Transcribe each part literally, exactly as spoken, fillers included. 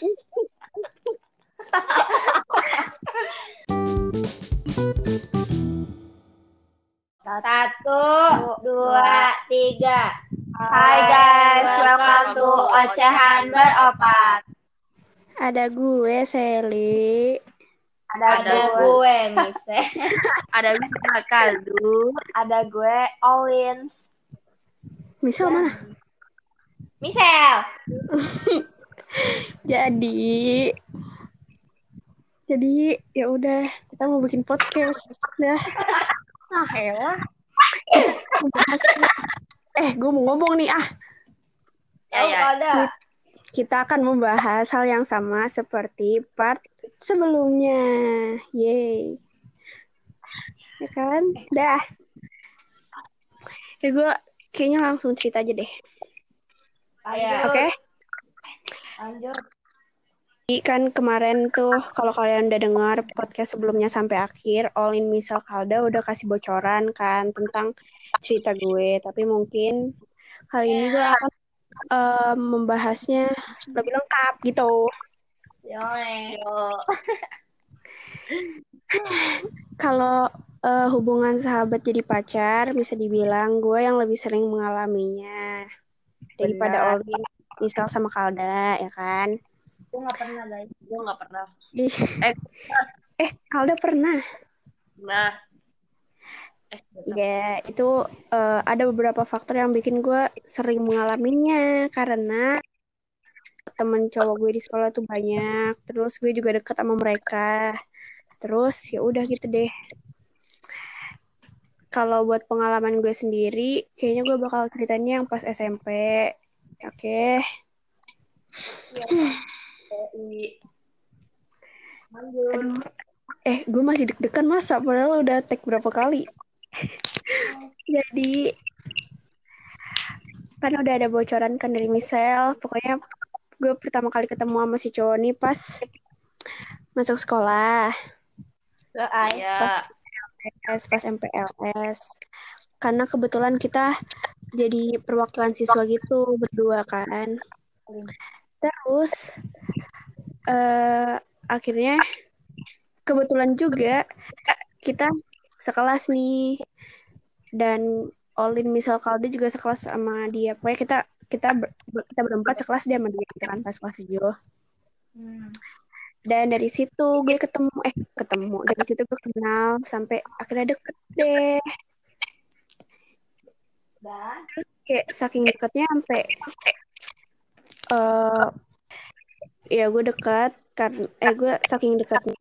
Satu, dua, tiga. Hai guys, welcome to Ocehan Beropat. Ada gue, Sally. Ada, ada gue, Mise. Ada gue, Kaldu. Ada gue, Owens. Misal mana? Misel. Jadi, jadi ya udah kita mau bikin podcast. Dah. Ah, elah. Eh, gue mau ngomong nih ah. Ya, ya. Ada. Kita akan membahas hal yang sama seperti part sebelumnya. Yeay. Ya kan? Dah. Ya gue kayaknya langsung cerita aja deh. Ya. Oke? Okay? Lanjut. Jadi kan kemarin tuh kalau kalian udah dengar podcast sebelumnya sampai akhir, Olin misal Kalda udah kasih bocoran kan tentang cerita gue. Tapi mungkin kali ini gue akan uh, membahasnya lebih lengkap gitu. Yo. Yo. Kalau uh, hubungan sahabat jadi pacar, bisa dibilang gue yang lebih sering mengalaminya daripada Olin misal sama Kalda, ya kan? Gue gak pernah, guys. Gue gak pernah. Ih. Eh, eh Kalda pernah? Nah. Eh, ya, itu uh, ada beberapa faktor yang bikin gue sering mengalaminya. Karena temen cowok gue di sekolah tuh banyak. Terus gue juga deket sama mereka. Terus ya udah gitu deh. Kalau buat pengalaman gue sendiri, kayaknya gue bakal ceritanya yang pas S M P. Oke. Okay. Ya. Aduh. Eh, gue masih deg-degan masa, padahal udah tag berapa kali. Jadi, kan udah ada bocoran kan dari Michelle. Pokoknya gue pertama kali ketemu sama si cowok nih pas masuk sekolah. Ya. Pas, pas M P L S. Karena kebetulan kita jadi perwakilan siswa gitu berdua kan. Terus, uh, akhirnya kebetulan juga kita sekelas nih, dan Olin misal Kalda juga sekelas sama dia. Pokoknya kita kita ber, kita berempat sekelas dia sama dia gitu kan pas kelas tujuh. Hmm. Dan dari situ gue ketemu eh ketemu dari situ gue kenal sampai akhirnya deket deh. Terus kayak saking deketnya sampai uh, ya gue dekat karena eh gue saking dekatnya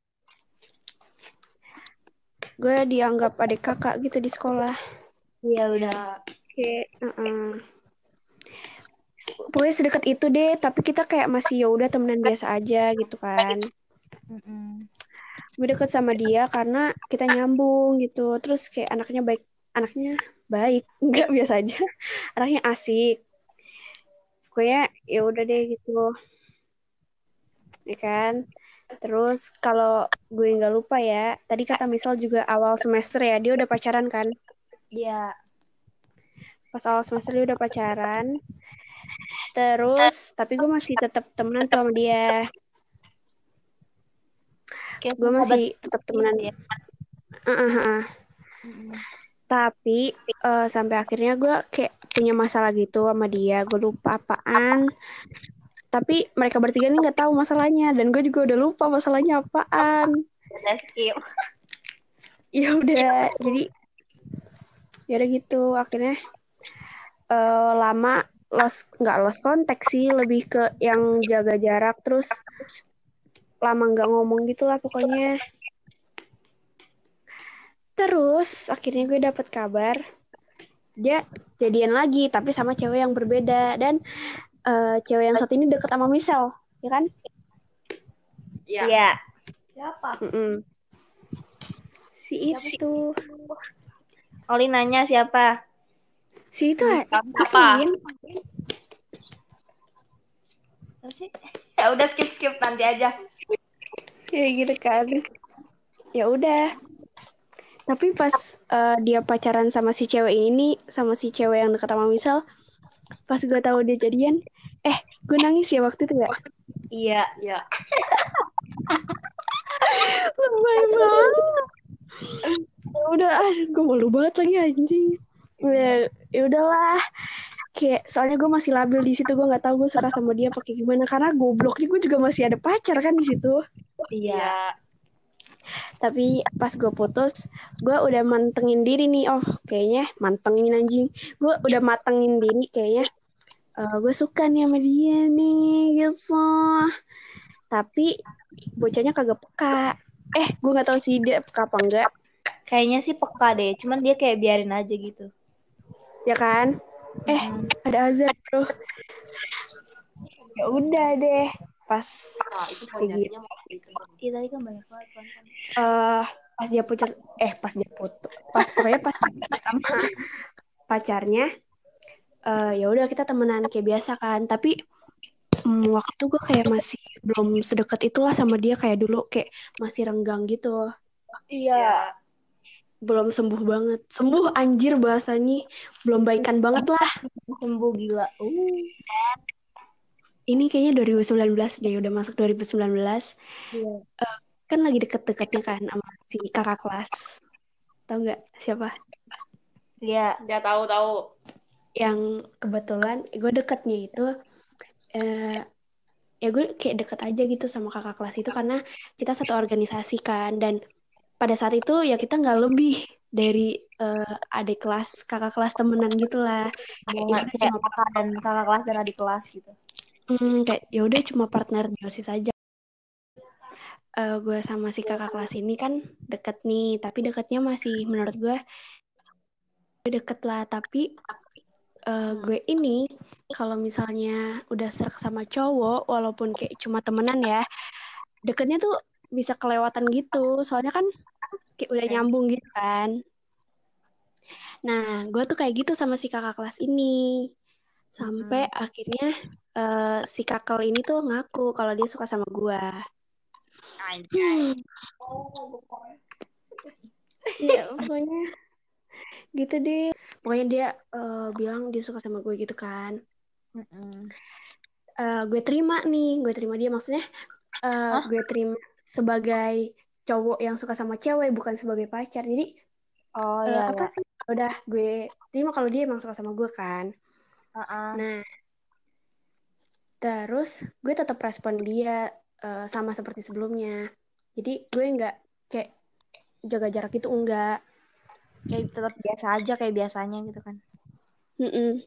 gue dianggap adik kakak gitu di sekolah. Iya udah. Kayak uh-uh. Pokoknya sedekat itu deh, tapi kita kayak masih ya udah temenan biasa aja gitu kan. Mm-mm. Gue deket sama dia karena kita nyambung gitu. Terus kayak anaknya baik, anaknya baik, enggak biasa aja. Anaknya asik. Pokoknya ya udah deh gitu. Ya kan? Terus kalau gue nggak lupa ya, tadi kata Misal juga awal semester ya, dia udah pacaran kan? Iya. Pas awal semester dia udah pacaran. Terus, tapi gue masih tetap temenan tuh sama dia. Kayak gue masih tetap temenan dia. Uh-uh. Mm-hmm. Tapi uh, sampai akhirnya gue kayak punya masalah gitu sama dia. Gue lupa apaan. Tapi mereka bertiga nih nggak tahu masalahnya, dan gue juga udah lupa masalahnya apaan. Udah skip. Ya udah, jadi ya udah gitu. Akhirnya uh, lama lost nggak lost kontak sih, lebih ke yang jaga jarak, terus lama nggak ngomong gitulah pokoknya. Terus akhirnya gue dapet kabar dia jadian lagi tapi sama cewek yang berbeda, dan uh, cewek yang satu ini deket sama Michelle, ya kan? Iya. Ya. Siapa? Mm-mm. Si itu. Oli nanya siapa? Si itu apa? Ya udah skip skip nanti aja. Ya gitu kan. Ya udah. Tapi pas uh, dia pacaran sama si cewek ini, sama si cewek yang dekat sama Michelle, pas gue tahu dia jadian, eh gue nangis ya waktu itu gak? Iya. Iya. Lebay banget. Ya udah, ah, gue malu banget lagi anjing. Ya, ya udahlah. Kayak soalnya gue masih labil di situ, gue nggak tahu gue suka sama dia pakai gimana karena gobloknya gue juga masih ada pacar kan di situ. Iya. Iya. Tapi pas gue putus, gue udah mantengin diri nih. Oh, kayaknya mantengin anjing. Gue udah matengin diri kayaknya. Uh, gue suka nih sama dia nih gitu. Tapi bocahnya kagak peka. Eh, gue nggak tahu sih dia peka apa enggak. Kayaknya sih peka deh, cuman dia kayak biarin aja gitu. Ya kan? Eh, Hmm. ada azan bro. Ya udah deh. Pas Ah, itu kayak gitu. pojoknya mau disebar. Iya tadi kan banyak banget kan. Uh, pas dia putus, eh pas dia putus, pas pokoknya pas dia putus sama pacarnya, uh, ya udah kita temenan kayak biasa kan. Tapi um, waktu itu gue kayak masih belum sedekat itulah sama dia kayak dulu, kayak masih renggang gitu. Iya. Belum sembuh banget. Sembuh anjir bahasanya. Belum baikan banget lah. Sembuh gila. Uh. Ini kayaknya dua ribu sembilan belas deh, udah masuk dua ribu sembilan belas. Iya. Uh, kan lagi deket-deketnya kan sama si kakak kelas. Tahu nggak siapa? Iya. Dia tahu-tahu. Yang kebetulan gue deketnya itu uh, ya gue kayak deket aja gitu sama kakak kelas itu karena kita satu organisasi kan, dan pada saat itu ya kita nggak lebih dari uh, adik kelas, kakak kelas temenan gitulah. Kayak ya udah Kayak cuma kakak dan kakak kelas dan adik kelas gitu. hmm, kayak ya udah cuma partner di OSIS aja. Uh, gue sama si kakak kelas ini kan deket nih, tapi deketnya masih menurut gue deket lah. Tapi uh, gue ini kalau misalnya udah serak sama cowok, walaupun kayak cuma temenan ya, deketnya tuh bisa kelewatan gitu. Soalnya kan kayak udah nyambung gitu kan. Nah, gue tuh kayak gitu sama si kakak kelas ini. Sampai Hmm. akhirnya uh, si kakak ini tuh ngaku kalau dia suka sama gue. Hmm. Ya, pokoknya gitu deh. Pokoknya dia uh, bilang dia suka sama gue gitu kan. Mm-mm. Uh, gue terima nih, gue terima dia. Maksudnya uh, gue terima sebagai cowok yang suka sama cewek, bukan sebagai pacar. Jadi Oh uh, iya apa ya. sih? Udah gue terima kalau dia emang suka sama gue kan. Uh-uh. Nah, terus gue tetap respon dia uh, sama seperti sebelumnya. Jadi gue nggak kayak jaga jarak itu, enggak. Kayak tetap biasa aja kayak biasanya gitu kan. Mm-mm.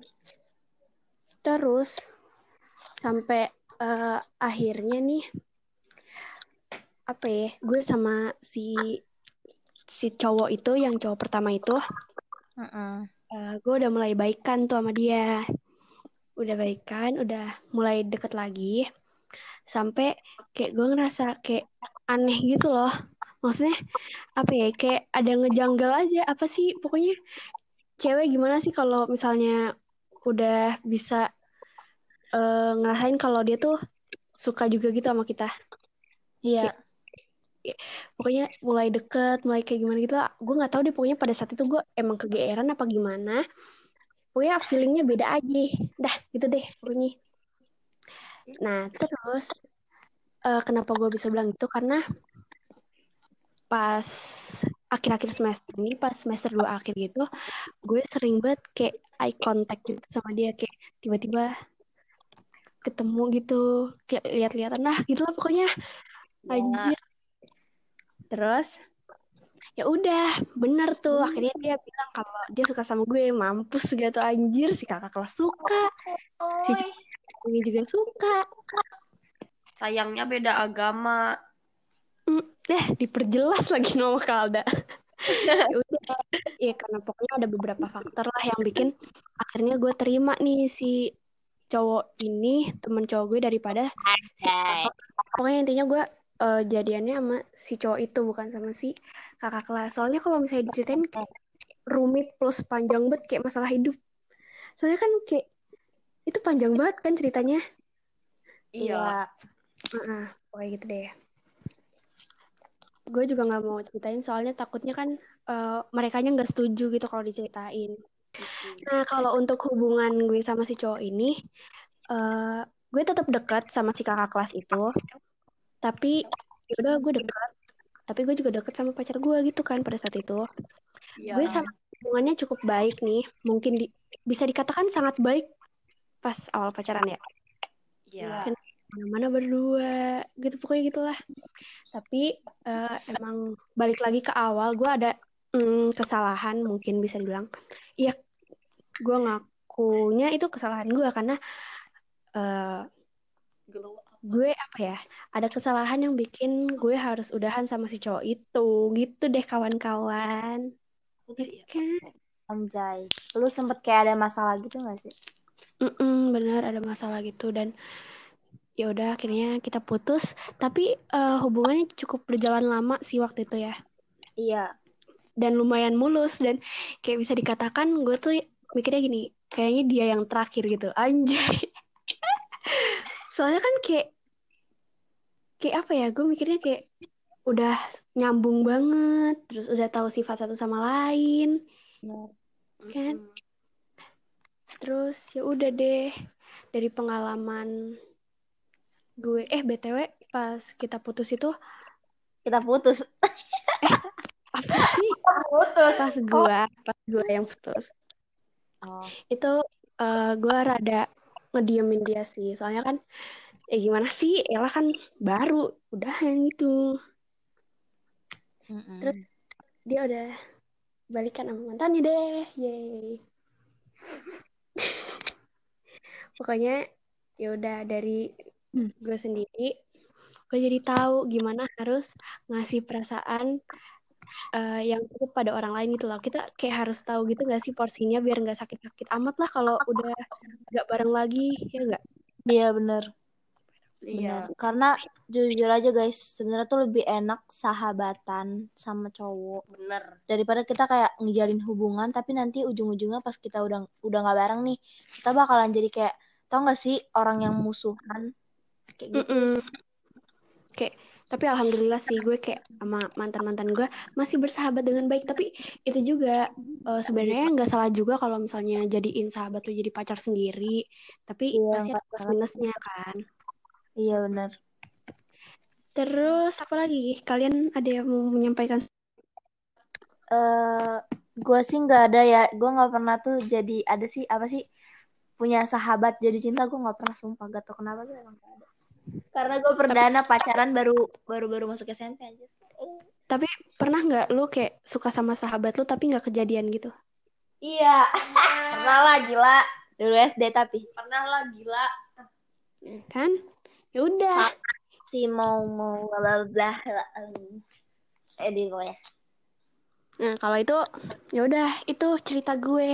Terus sampai uh, akhirnya nih apa ya? Gue sama si si cowok itu, yang cowok pertama itu, Uh-uh. uh, gue udah mulai baikan tuh sama dia. Udah baikan, udah mulai deket lagi. Sampai kayak gue ngerasa kayak aneh gitu loh. Maksudnya apa ya, kayak ada ngejanggal aja. Apa sih pokoknya cewek gimana sih kalau misalnya udah bisa uh, ngerasain kalau dia tuh suka juga gitu sama kita. Iya. Kayak, kayak, pokoknya mulai deket, mulai kayak gimana gitu lah. Gue nggak tahu deh, pokoknya pada saat itu gue emang kegeeran apa gimana. Pokoknya feelingnya beda aja. Dah gitu deh pokoknya. Nah terus uh, kenapa gue bisa bilang itu, karena pas akhir-akhir semester ini, pas semester dua akhir gitu, gue sering banget kayak eye contact gitu sama dia, kayak tiba-tiba ketemu gitu, kayak lihat-lihatan lah gitu lah pokoknya. Ya. Anjir. Terus ya udah bener tuh, akhirnya dia bilang kalau dia suka sama gue. Mampus gitu anjir, si kakak kelas suka, si cowok ini juga suka. Sayangnya beda agama. Hmm, deh diperjelas lagi nama Kalda. Ya udah, ya karena pokoknya ada beberapa faktor lah yang bikin akhirnya gue terima nih si cowok ini, temen cowok gue, daripada si kakak. Pokoknya intinya gue uh, jadiannya sama si cowok itu, bukan sama si kakak kelas. Soalnya kalau misalnya diceritain kayak rumit plus panjang banget, kayak masalah hidup. Soalnya kan kayak itu panjang banget kan ceritanya. Iya. Uh-uh, pokoknya gitu deh. Gue juga nggak mau ceritain soalnya takutnya kan uh, merekanya nggak setuju gitu kalau diceritain. Nah kalau untuk hubungan gue sama si cowok ini, uh, gue tetap dekat sama si kakak kelas itu, tapi ya udah gue dekat, tapi gue juga dekat sama pacar gue gitu kan pada saat itu. Iya. Gue sama hubungannya cukup baik nih, mungkin di, bisa dikatakan sangat baik pas awal pacaran ya. Iya. Kan mana-mana berdua gitu, pokoknya gitulah. Tapi uh, emang balik lagi ke awal, gue ada mm, kesalahan mungkin bisa dibilang. Iya, gue ngakunya itu kesalahan gue karena uh, gue apa ya, ada kesalahan yang bikin gue harus udahan sama si cowok itu, gitu deh kawan-kawan. Ya kan? Anjay. Lu sempet kayak ada masalah gitu gak sih? Mm-mm, benar ada masalah gitu dan ya udah akhirnya kita putus. Tapi uh, hubungannya cukup berjalan lama sih waktu itu ya. Iya. Dan lumayan mulus dan kayak bisa dikatakan gue tuh mikirnya gini, kayaknya dia yang terakhir gitu, anjay. Soalnya kan kayak kayak apa ya, gue mikirnya kayak udah nyambung banget, terus udah tahu sifat satu sama lain, kan? Terus ya udah deh, dari pengalaman gue, eh B T W pas kita putus itu, Kita putus. apa sih? Putus. Pas gue, pas gue yang putus. Oh. Itu uh, gue rada ngediemin dia sih, soalnya kan eh gimana sih, Ella kan baru udahan gitu. Mm-mm. Terus dia udah balikan sama mantannya deh, yeay. Pokoknya ya udah dari gue sendiri, gue jadi tahu gimana harus ngasih perasaan uh, yang cukup pada orang lain gitu loh. Kita kayak harus tahu gitu gak sih porsinya biar nggak sakit-sakit amat lah kalau udah nggak bareng lagi, ya nggak? Iya bener. Iya. Bener. Karena jujur aja guys, sebenarnya tuh lebih enak sahabatan sama cowok Bener. daripada kita kayak ngejalin hubungan tapi nanti ujung-ujungnya pas kita udah udah nggak bareng nih, kita bakalan jadi kayak, tau nggak sih orang yang musuhan kayak gitu. Mm-mm. Kayak tapi alhamdulillah sih gue kayak sama mantan-mantan gue masih bersahabat dengan baik. Tapi itu juga uh, sebenarnya nggak salah juga kalau misalnya jadiin sahabat tuh jadi pacar sendiri. Tapi Iya, pasti ada nggak plus salah. minusnya kan. Iya benar. Terus apa lagi? Kalian ada yang mau menyampaikan? Eh, gue sih nggak ada ya. Gue nggak pernah tuh jadi ada sih apa sih punya sahabat jadi cinta, gue nggak pernah, sumpah. Gak tau kenapa gue emang gak ada. Karena gue perdana pacaran baru baru baru masuk S M P aja. Tapi pernah nggak lu kayak suka sama sahabat lu tapi nggak kejadian gitu? Iya. Pernah lah, gila. Dulu S D tapi. Pernah lah, gila. Kan? Ya udah. Si mau mau bla bla. Eh di gue ya. Nah, kalau itu ya udah, itu cerita gue.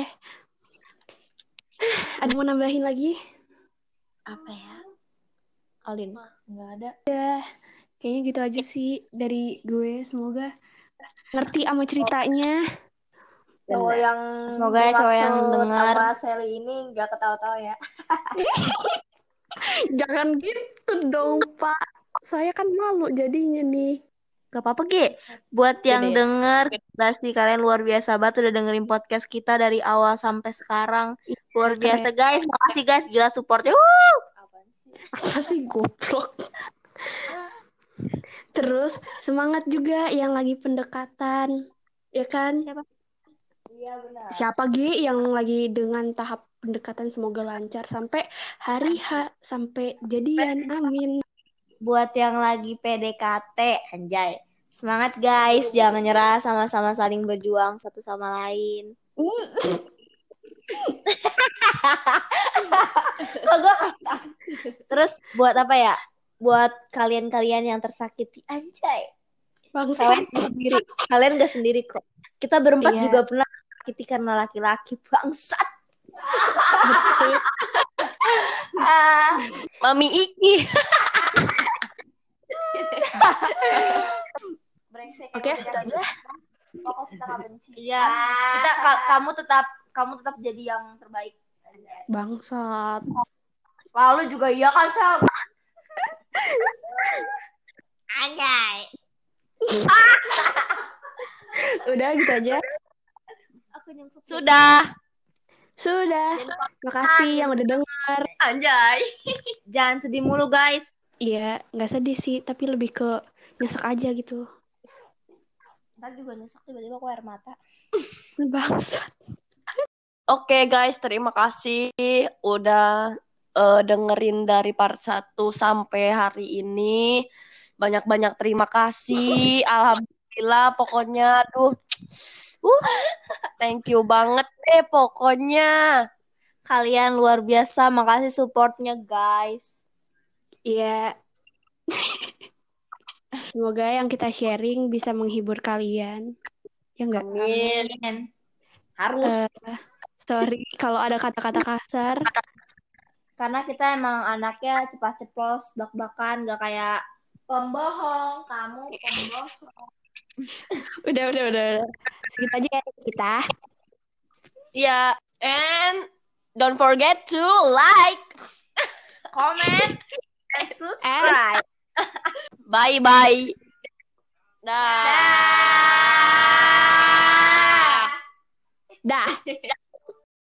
Ada mau nambahin lagi? Apa ya? Alin, nggak ada. Kayaknya gitu aja sih dari gue. Semoga ngerti sama ceritanya. Cowok yang semoga ya cowok yang dengar sama Sally ini nggak ketawa-tawa ya. Jangan gitu dong, Pak. Saya kan malu jadinya nih. Gak apa-apa, Ge. Buat yang Gede. denger, pasti kalian luar biasa banget udah dengerin podcast kita dari awal sampai sekarang. Luar Keren. biasa, guys. Makasih, guys. Gila supportnya. Wuh! Apa sih goblok? Terus semangat juga yang lagi pendekatan, ya kan? Siapa? Iya benar. Siapa Gi yang lagi dengan tahap pendekatan, semoga lancar sampai hari H, sampai jadian, amin. Buat yang lagi P D K T, anjay. Semangat, guys. Jangan nyerah, sama-sama saling berjuang satu sama lain. Terus buat apa ya? Buat kalian-kalian yang tersakiti, anjay. Kalian gak sendiri. Kalian gak sendiri kok. Kita berempat Iya. juga pernah tersakiti karena laki-laki, bangsat. Ah, Mami Iki. Oke, segitu aja. Pokok kita gak benci. Iya. Kita ka- kamu tetap kamu tetap jadi yang terbaik. Bangsat. Lalu juga iya kan, Sal? Anjay. Udah gitu aja. Aku nyemsuk. Sudah. Sudah. Makasih yang udah denger. Anjay. Jangan sedih mulu guys. Iya, nggak sedih sih, tapi lebih ke nyesek aja gitu. Ntar juga nyesek tiba-tiba aku air mata. Bangsat. Oke guys, terima kasih udah eh, dengerin dari part satu sampai hari ini. Banyak-banyak terima kasih. Alhamdulillah pokoknya aduh. Uh, thank you banget deh pokoknya. Kalian luar biasa, makasih supportnya guys. Iya. Semoga yang kita sharing bisa menghibur kalian. Ya enggak? Amin. Amin. Harus. Uh, sorry kalau ada kata-kata kasar. Karena kita emang anaknya cepat-ceplos, bak-bakan, gak kayak pembohong, kamu pembohong. Udah, udah, udah. Segitu aja ya kita. Yeah, and don't forget to like, Comment, and subscribe. bye bye. Dah. Dah.